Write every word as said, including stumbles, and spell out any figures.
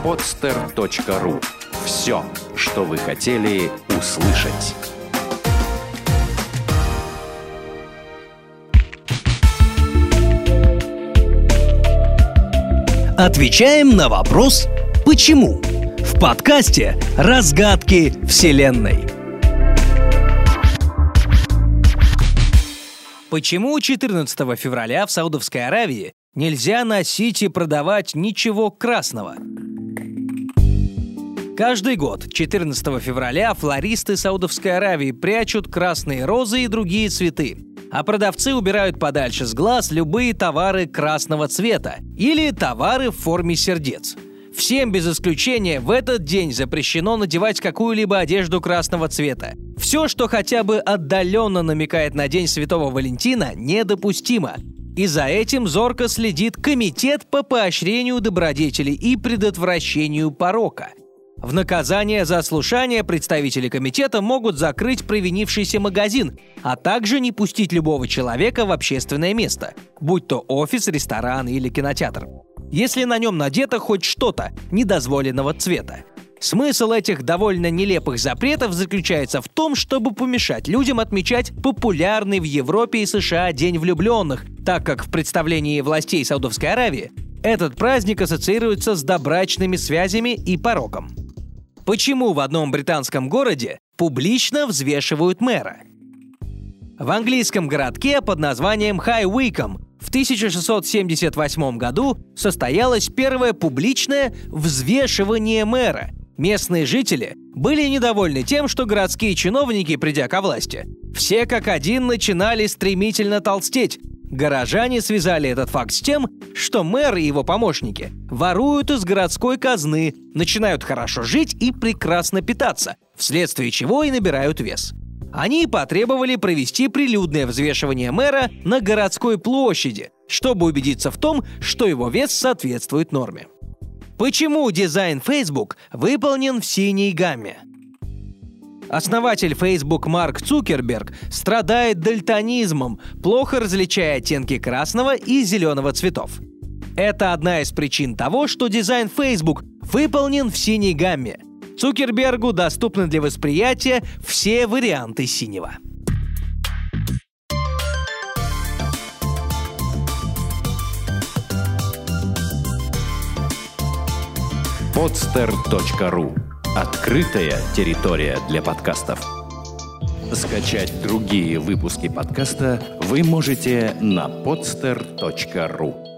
подстер точка ру. Все, что вы хотели услышать. Отвечаем на вопрос «Почему?» в подкасте «Разгадки Вселенной». Почему четырнадцатого февраля в Саудовской Аравии нельзя носить и продавать ничего красного? Каждый год четырнадцатого февраля флористы Саудовской Аравии прячут красные розы и другие цветы, а продавцы убирают подальше с глаз любые товары красного цвета или товары в форме сердец. Всем без исключения в этот день запрещено надевать какую-либо одежду красного цвета. Все, что хотя бы отдаленно намекает на День Святого Валентина, недопустимо. И за этим зорко следит Комитет по поощрению добродетели и предотвращению порока. В наказание за ослушание представители комитета могут закрыть провинившийся магазин, а также не пустить любого человека в общественное место, будь то офис, ресторан или кинотеатр, если на нем надето хоть что-то недозволенного цвета. Смысл этих довольно нелепых запретов заключается в том, чтобы помешать людям отмечать популярный в Европе и США День влюбленных, так как в представлении властей Саудовской Аравии этот праздник ассоциируется с добрачными связями и пороком. Почему в одном британском городе публично взвешивают мэра? В английском городке под названием Хай Уиком в тысяча шестьсот семьдесят восьмом году состоялось первое публичное взвешивание мэра. Местные жители были недовольны тем, что городские чиновники, придя ко власти, все как один начинали стремительно толстеть. Горожане связали этот факт с тем, что мэр и его помощники воруют из городской казны, начинают хорошо жить и прекрасно питаться, вследствие чего и набирают вес. Они потребовали провести прилюдное взвешивание мэра на городской площади, чтобы убедиться в том, что его вес соответствует норме. Почему дизайн Facebook выполнен в синей гамме? Основатель Facebook Марк Цукерберг страдает дальтонизмом, плохо различая оттенки красного и зеленого цветов. Это одна из причин того, что дизайн Facebook выполнен в синей гамме. Цукербергу доступны для восприятия все варианты синего. подстер точка ру. Открытая территория для подкастов. Скачать другие выпуски подкаста вы можете на подстер точка ру.